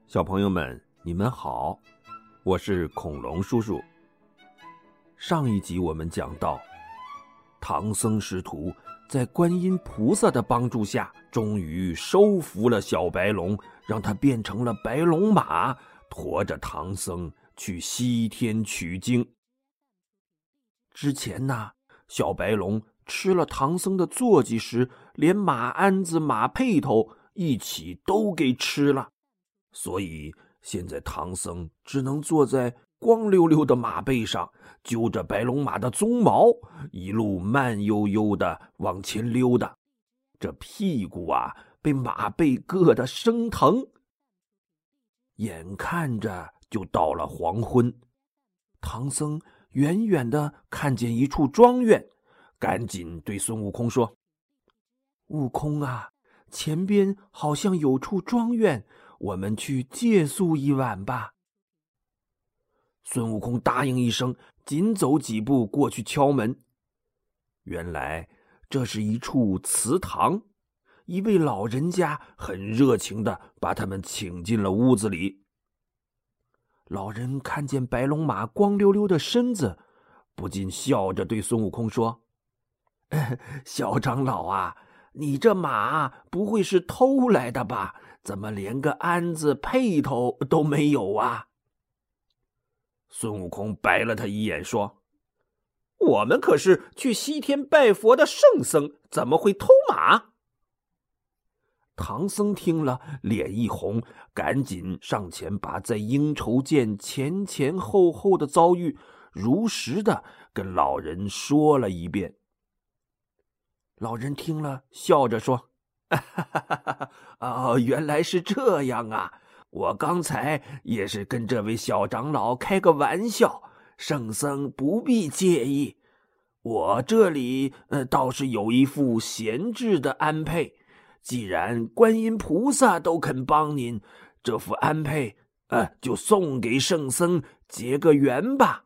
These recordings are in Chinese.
小朋友们，你们好，我是恐龙叔叔。上一集我们讲到，唐僧师徒在观音菩萨的帮助下，终于收服了小白龙，让它变成了白龙马，驮着唐僧去西天取经。之前呢，小白龙吃了唐僧的坐骑时，连马鞍子、马辔头一起都给吃了，所以现在唐僧只能坐在光溜溜的马背上，揪着白龙马的鬃毛，一路慢悠悠地往前溜达。这屁股啊，被马背硌得生疼。眼看着就到了黄昏，唐僧远远地看见一处庄园，赶紧对孙悟空说：“悟空啊，前边好像有处庄园，我们去借宿一晚吧。”孙悟空答应一声，紧走几步过去敲门。原来这是一处祠堂，一位老人家很热情地把他们请进了屋子里。老人看见白龙马光溜溜的身子，不禁笑着对孙悟空说：“小长老啊，你这马不会是偷来的吧？怎么连个鞍子辔头都没有啊？”孙悟空白了他一眼说：“我们可是去西天拜佛的圣僧，怎么会偷马？”唐僧听了脸一红，赶紧上前把在鹰愁涧前前后后的遭遇如实的跟老人说了一遍。老人听了笑着说：“哦，原来是这样啊，我刚才也是跟这位小长老开个玩笑，圣僧不必介意。我这里倒是有一副闲置的鞍辔，既然观音菩萨都肯帮您，这副鞍辔就送给圣僧结个缘吧。”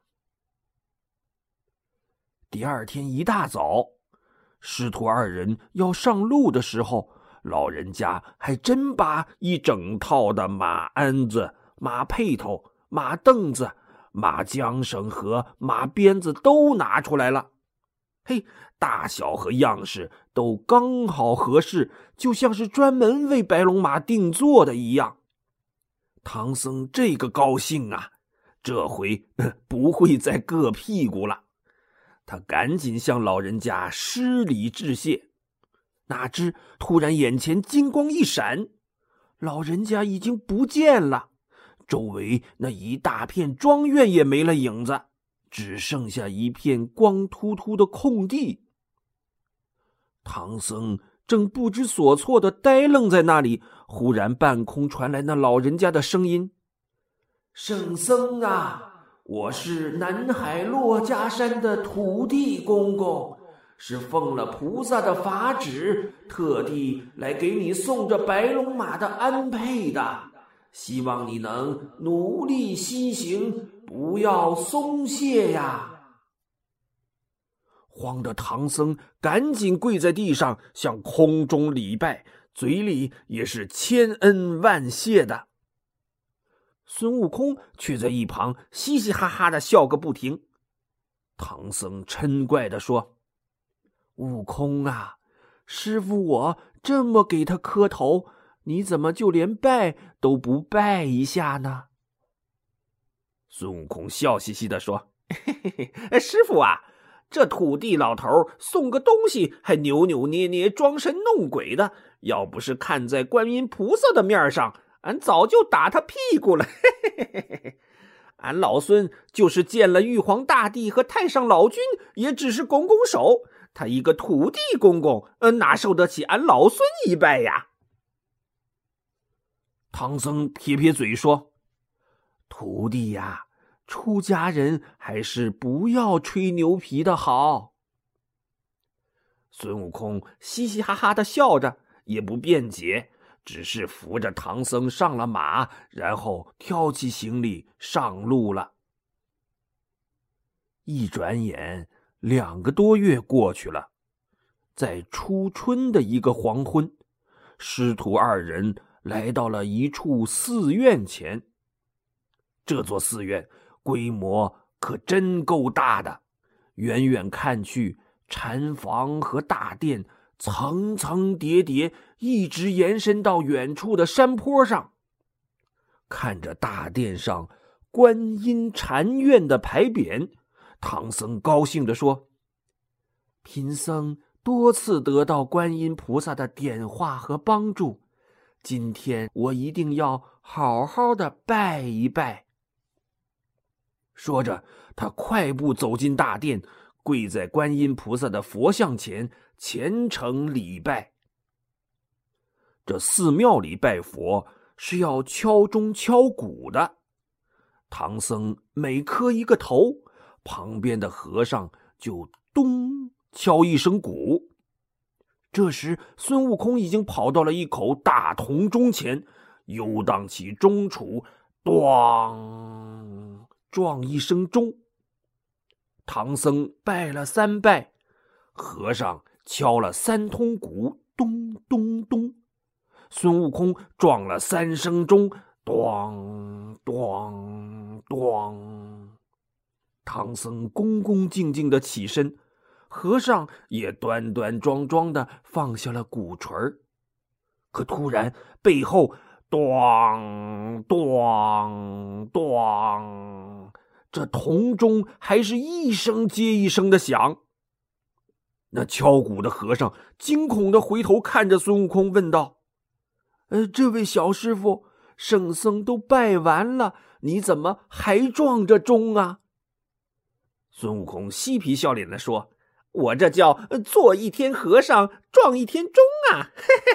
第二天一大早，师徒二人要上路的时候，老人家还真把一整套的马鞍子、马辔头、马凳子、马缰绳和马鞭子都拿出来了。嘿，大小和样式都刚好合适，就像是专门为白龙马定做的一样。唐僧这个高兴啊，这回不会再硌屁股了。他赶紧向老人家施礼致谢，哪知突然眼前金光一闪，老人家已经不见了，周围那一大片庄院也没了影子，只剩下一片光秃秃的空地。唐僧正不知所措地呆愣在那里，忽然半空传来那老人家的声音：“圣僧啊，我是南海珞珈山的土地公公，是奉了菩萨的法旨，特地来给你送着白龙马的鞍辔的，希望你能努力西行，不要松懈呀。”慌得唐僧赶紧跪在地上向空中礼拜，嘴里也是千恩万谢的。孙悟空却在一旁嘻嘻哈哈的笑个不停。唐僧嗔怪地说：“悟空啊，师父我这么给他磕头，你怎么就连拜都不拜一下呢？”孙悟空笑嘻嘻地说：“嘿嘿，师父啊，这土地老头送个东西还扭扭捏捏装神弄鬼的，要不是看在观音菩萨的面上，俺早就打他屁股了。俺老孙就是见了玉皇大帝和太上老君，也只是拱拱手，他一个土地公公哪受得起俺老孙一拜呀？”唐僧撇撇嘴说：“徒弟呀，出家人还是不要吹牛皮的好。”孙悟空嘻嘻哈哈的笑着，也不辩解，只是扶着唐僧上了马，然后挑起行李上路了。一转眼2个多月过去了，在初春的一个黄昏，师徒二人来到了一处寺院前。这座寺院规模可真够大的，远远看去，禅房和大殿层层叠叠，一直延伸到远处的山坡上。看着大殿上观音禅院的牌匾，唐僧高兴地说：“贫僧多次得到观音菩萨的点化和帮助，今天我一定要好好的拜一拜。”说着，他快步走进大殿，跪在观音菩萨的佛像前，虔诚礼拜。这寺庙里拜佛是要敲钟敲鼓的，唐僧每磕一个头，旁边的和尚就咚敲一声鼓。这时孙悟空已经跑到了一口大铜钟前，游荡起钟杵，咣撞一声钟。唐僧拜了3拜，和尚敲了3通鼓，咚咚咚。孙悟空撞了3声钟，咚咚咚。唐僧恭恭敬敬地起身，和尚也端端庄庄地放下了鼓槌。可突然背后咚咚咚，这铜钟还是一声接一声的响。那敲鼓的和尚惊恐地回头看着孙悟空，问道：“这位小师傅，圣僧都拜完了，你怎么还撞着钟啊？”孙悟空嬉皮笑脸地说：“我这叫做一天和尚撞一天钟啊！”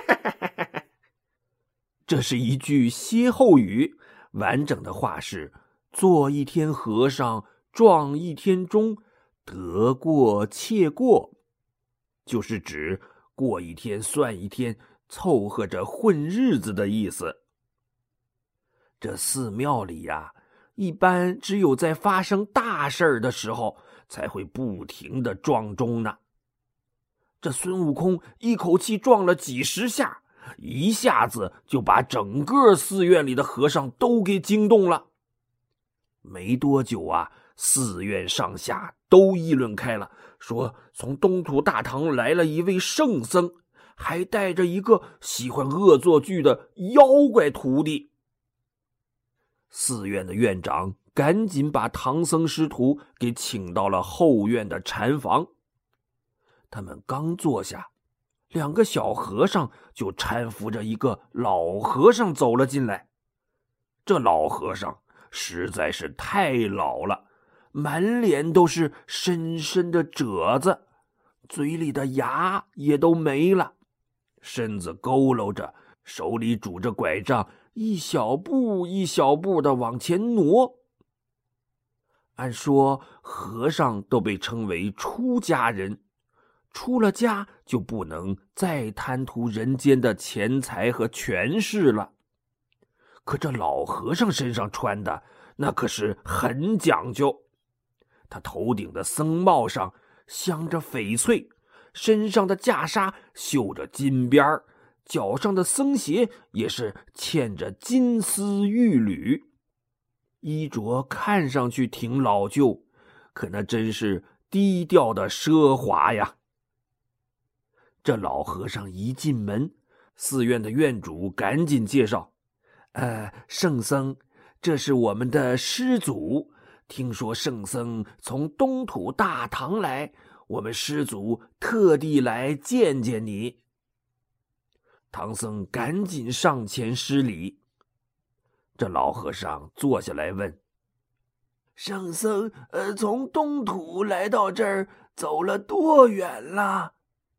这是一句歇后语，完整的话是：做一天和尚撞一天钟，得过且过，就是指过一天算一天，凑合着混日子的意思。这寺庙里呀，一般只有在发生大事的时候才会不停地撞钟呢。这孙悟空一口气撞了几十下，一下子就把整个寺院里的和尚都给惊动了。没多久啊，寺院上下都议论开了，说从东土大唐来了一位圣僧，还带着一个喜欢恶作剧的妖怪徒弟。寺院的院长赶紧把唐僧师徒给请到了后院的禅房。他们刚坐下，2个小和尚就搀扶着一个老和尚走了进来。这老和尚实在是太老了，满脸都是深深的褶子，嘴里的牙也都没了，身子佝偻着，手里拄着拐杖，一小步一小步地往前挪。按说和尚都被称为出家人，出了家就不能再贪图人间的钱财和权势了。可这老和尚身上穿的那可是很讲究，他头顶的僧帽上镶着翡翠，身上的袈裟绣着金边，脚上的僧鞋也是嵌着金丝玉缕。衣着看上去挺老旧，可那真是低调的奢华呀。这老和尚一进门，寺院的院主赶紧介绍：圣僧，这是我们的师祖，听说圣僧从东土大唐来，我们师祖特地来见见你。唐僧赶紧上前施礼。这老和尚坐下来问：圣僧从东土来到这儿走了多远了？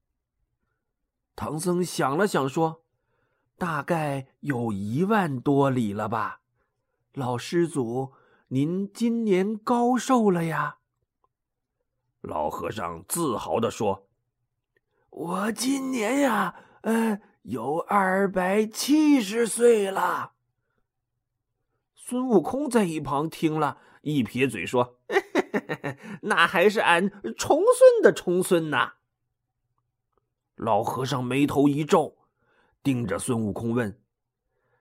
唐僧想了想说：大概有1万多里了吧。老施主，您今年高寿了呀？老和尚自豪地说：我今年呀有270岁了。孙悟空在一旁听了，一撇嘴说：那还是俺重孙的重孙呐。老和尚眉头一皱，盯着孙悟空问：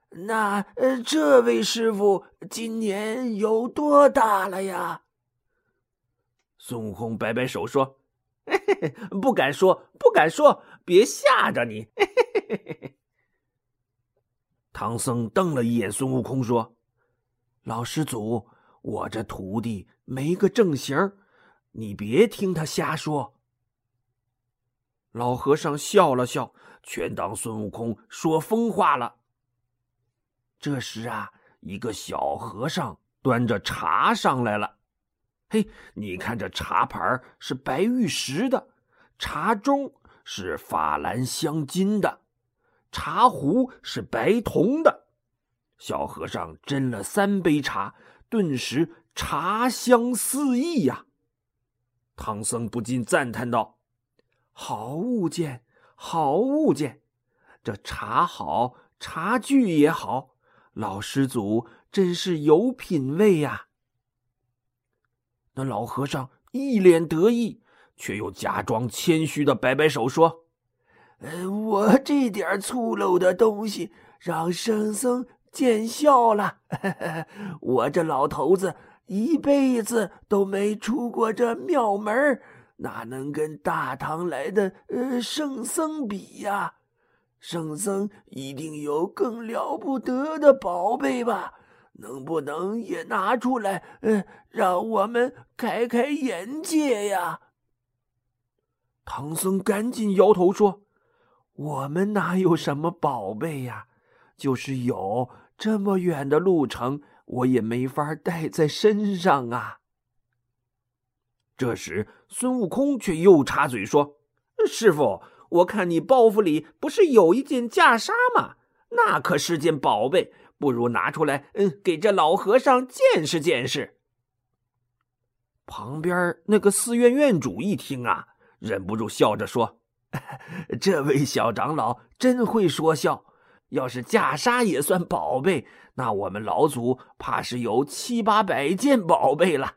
那这位师傅今年有多大了呀？ 孙悟空摆摆手说：“嘿嘿嘿，不敢说，不敢说，别吓着你。嘿嘿嘿嘿嘿。”唐僧瞪了一眼孙悟空说：“老施主，我这徒弟没个正形，你别听他瞎说。”老和尚笑了笑，全当孙悟空说疯话了。这时啊，一个小和尚端着茶上来了。嘿，你看这茶盘是白玉石的，茶盅是法兰镶金的，茶壶是白铜的。小和尚斟了3杯茶，顿时茶香四溢呀。唐僧不禁赞叹道：“好物件，好物件！这茶好，茶具也好，老施主真是有品位呀。”那老和尚一脸得意，却又假装谦虚的摆摆手说：“ 我这点粗陋的东西让圣僧见笑了。我这老头子一辈子都没出过这庙门，哪能跟大唐来的圣僧比呀？圣僧一定有更了不得的宝贝吧？能不能也拿出来，让我们开开眼界呀？” 唐僧赶紧摇头说：“我们哪有什么宝贝呀？就是有，这么远的路程，我也没法带在身上啊。”这时，孙悟空却又插嘴说：“师傅，我看你包袱里不是有一件袈裟吗？那可是件宝贝，不如拿出来，给这老和尚见识见识。”旁边那个寺院院主一听啊，忍不住笑着说：“这位小长老真会说笑，要是袈裟也算宝贝，那我们老祖怕是有700、800件宝贝了。”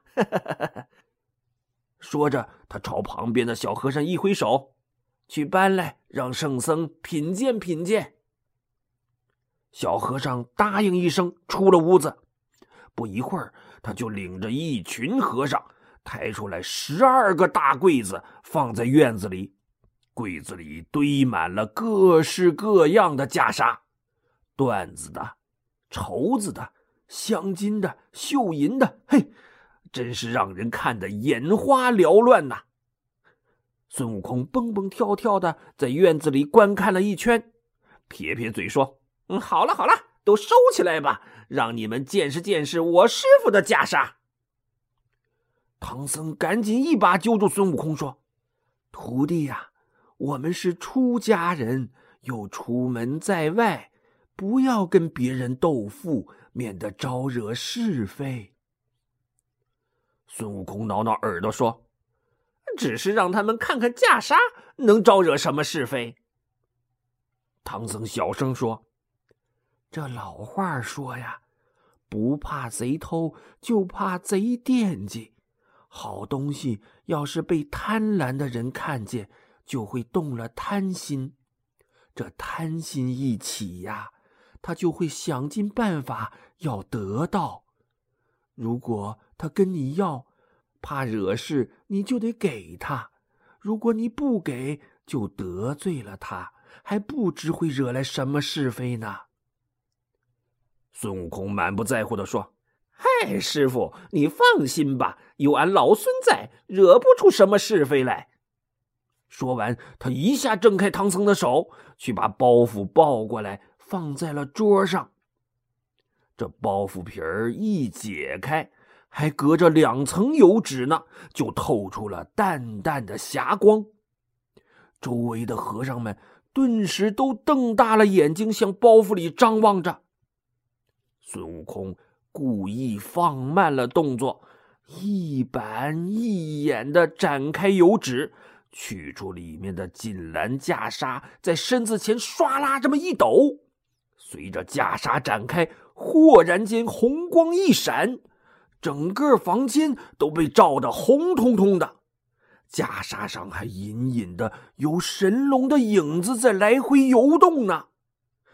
说着，他朝旁边的小和尚一挥手：“去搬来，让圣僧品鉴品鉴。”小和尚答应一声，出了屋子。不一会儿，他就领着一群和尚抬出来12个大柜子，放在院子里。柜子里堆满了各式各样的袈裟，缎子的、绸子的、镶金的、绣银的，嘿，真是让人看得眼花缭乱呐。孙悟空蹦蹦跳跳的在院子里观看了一圈，撇撇嘴说：“好了好了，都收起来吧，让你们见识见识我师傅的袈裟。”唐僧赶紧一把揪住孙悟空说：“徒弟呀，我们是出家人，又出门在外，不要跟别人斗富，免得招惹是非。”孙悟空挠挠耳朵说：“只是让他们看看袈裟，能招惹什么是非？”唐僧小声说：“这老话说呀，不怕贼偷，就怕贼惦记。好东西要是被贪婪的人看见，就会动了贪心。这贪心一起呀，他就会想尽办法要得到。如果他跟你要，怕惹事，你就得给他；如果你不给，就得罪了他，还不知会惹来什么是非呢。”孙悟空满不在乎地说：“嗨，师傅，你放心吧，有俺老孙在，惹不出什么是非来。”说完，他一下挣开唐僧的手，去把包袱抱过来，放在了桌上。这包袱皮儿一解开，还隔着2层油纸呢，就透出了淡淡的霞光。周围的和尚们顿时都瞪大了眼睛，向包袱里张望着。孙悟空故意放慢了动作，一板一眼地展开油纸，取出里面的锦蓝袈裟，在身子前唰啦这么一抖，随着袈裟展开，豁然间红光一闪，整个房间都被照得红彤彤的。袈裟上还隐隐的有神龙的影子在来回游动呢。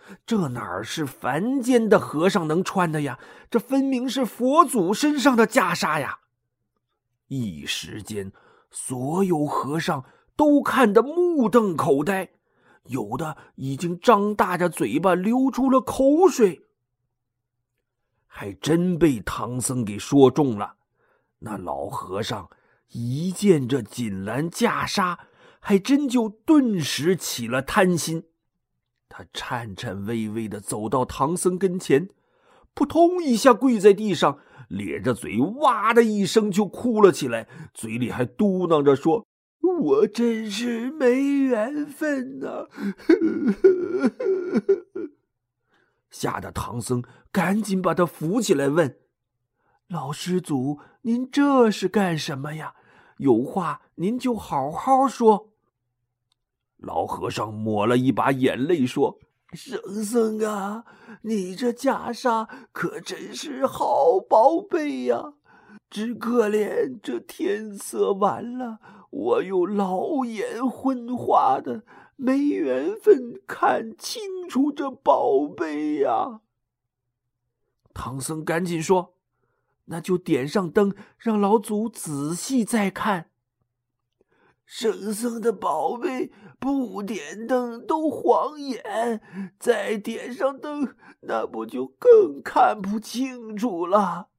这哪儿是凡间的和尚能穿的呀？这分明是佛祖身上的袈裟呀！一时间，所有和尚都看得目瞪口呆，有的已经张大着嘴巴流出了口水。还真被唐僧给说中了。那老和尚一见这锦兰袈裟，还真就顿时起了贪心。他颤颤巍巍地走到唐僧跟前，扑通一下跪在地上，咧着嘴哇的一声就哭了起来，嘴里还嘟囔着说：“ 我真是没缘分呐！” 吓得唐僧赶紧把他扶起来，问：“ 老施主，您这是干什么呀？有话您就好好说。” 老和尚抹了一把眼泪说：“ 圣僧啊，你这袈裟可真是好宝贝呀！只可怜这天色晚了，我又老眼昏花的，没缘分看清楚这宝贝呀。” 唐僧赶紧说：“那就点上灯，让老祖仔细再看。” 圣僧的宝贝不点灯都晃眼，再点上灯，那不就更看不清楚了？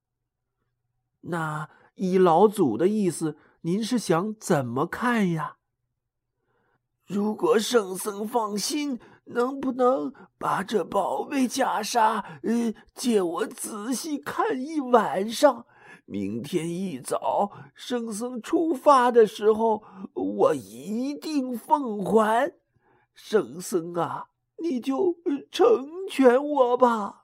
那依老祖的意思，您是想怎么看呀？ 如果圣僧放心，能不能把这宝贝袈裟借我仔细看一晚上？明天一早，圣僧出发的时候，我一定奉还。圣僧啊，你就成全我吧。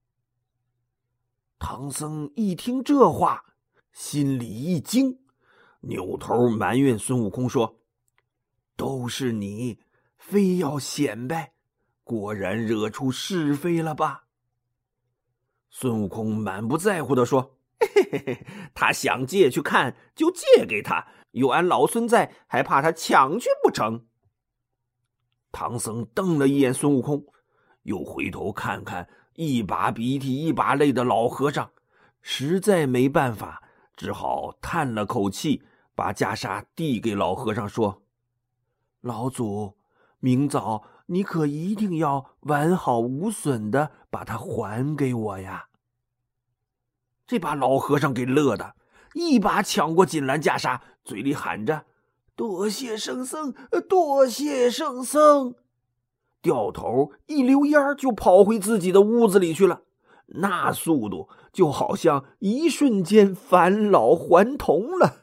唐僧一听这话，心里一惊，扭头埋怨孙悟空说：“都是你，非要显摆，果然惹出是非了吧？”孙悟空满不在乎地说：“嘿嘿嘿，他想借去看就借给他，有俺老孙在，还怕他抢去不成？”唐僧瞪了一眼孙悟空，又回头看看一把鼻涕一把泪的老和尚，实在没办法，只好叹了口气，把袈裟递给老和尚说：“老祖，明早你可一定要完好无损的把它还给我呀！”这把老和尚给乐的，一把抢过锦兰袈裟，嘴里喊着：“ 多谢圣僧，多谢圣僧！” 掉头一溜烟就跑回自己的屋子里去了。那速度就好像一瞬间返老还童了。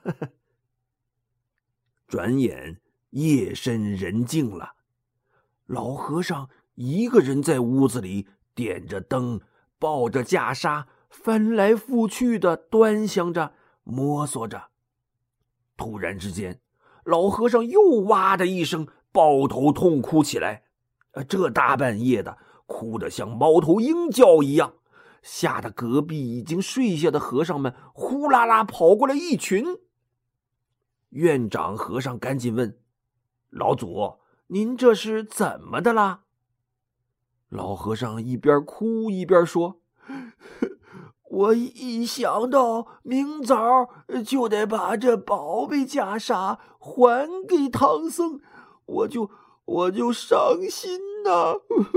转眼夜深人静了，老和尚一个人在屋子里点着灯，抱着袈裟，翻来覆去的端详着，摸索着。突然之间，老和尚又哇的一声抱头痛哭起来，这大半夜的，哭得像猫头鹰叫一样，吓得隔壁已经睡下的和尚们呼啦啦跑过来一群。院长和尚赶紧问：“老祖，您这是怎么的啦？”老和尚一边哭一边说：“ 我一想到明早就得把这宝贝袈裟还给唐僧，我就伤心呐。”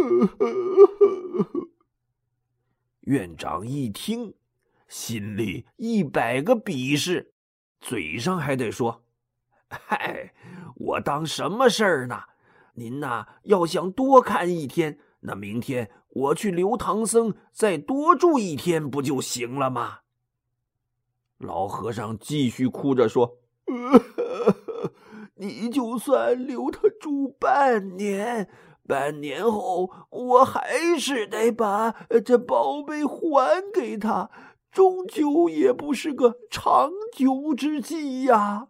院长一听，心里100个鄙视，嘴上还得说：“嗨，我当什么事儿呢？您呐，要想多看一天，那明天我去留唐僧再多住一天不就行了吗？”老和尚继续哭着说：“ 你就算留他住半年，半年后我还是得把这宝贝还给他，终究也不是个长久之计呀。”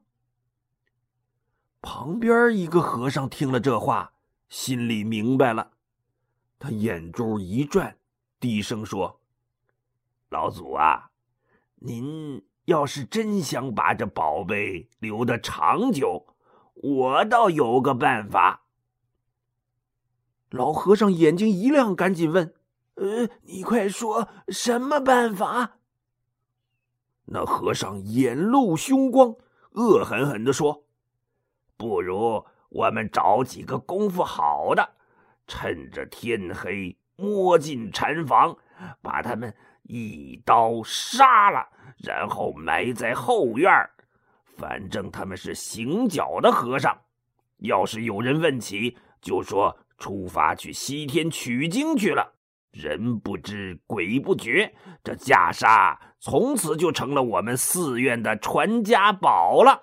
旁边一个和尚听了这话，心里明白了，他眼珠一转，低声说：“老祖啊，您要是真想把这宝贝留得长久，我倒有个办法。” 老和尚眼睛一亮，赶紧问：“ 你快说什么办法？” 那和尚眼露凶光，恶狠狠地说：“ 不如我们找几个功夫好的，趁着天黑摸进禅房，把他们一刀杀了，然后埋在后院。反正他们是行脚的和尚，要是有人问起，就说出发去西天取经去了。人不知鬼不觉，这袈裟从此就成了我们寺院的传家宝了。”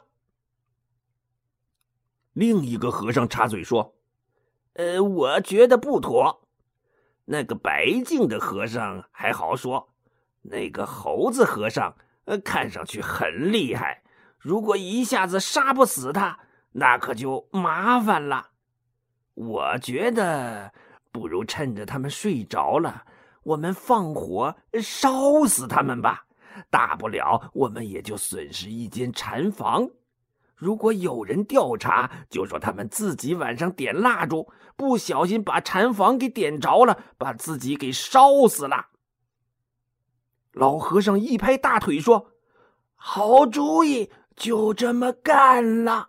另一个和尚插嘴说：“ 我觉得不妥。那个白净的和尚还好说，那个猴子和尚看上去很厉害，如果一下子杀不死他，那可就麻烦了。我觉得不如趁着他们睡着了，我们放火烧死他们吧，大不了我们也就损失一间禅房。如果有人调查，就说他们自己晚上点蜡烛，不小心把禅房给点着了，把自己给烧死了。” 老和尚一拍大腿说：“ 好主意，就这么干了。”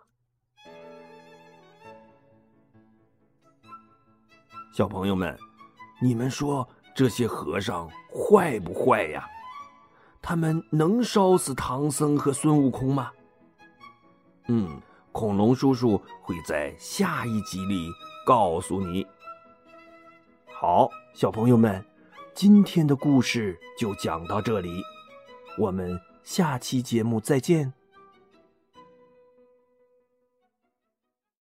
小朋友们，你们说这些和尚坏不坏呀？他们能烧死唐僧和孙悟空吗？恐龙叔叔会在下一集里告诉你。好，小朋友们，今天的故事就讲到这里，我们下期节目再见。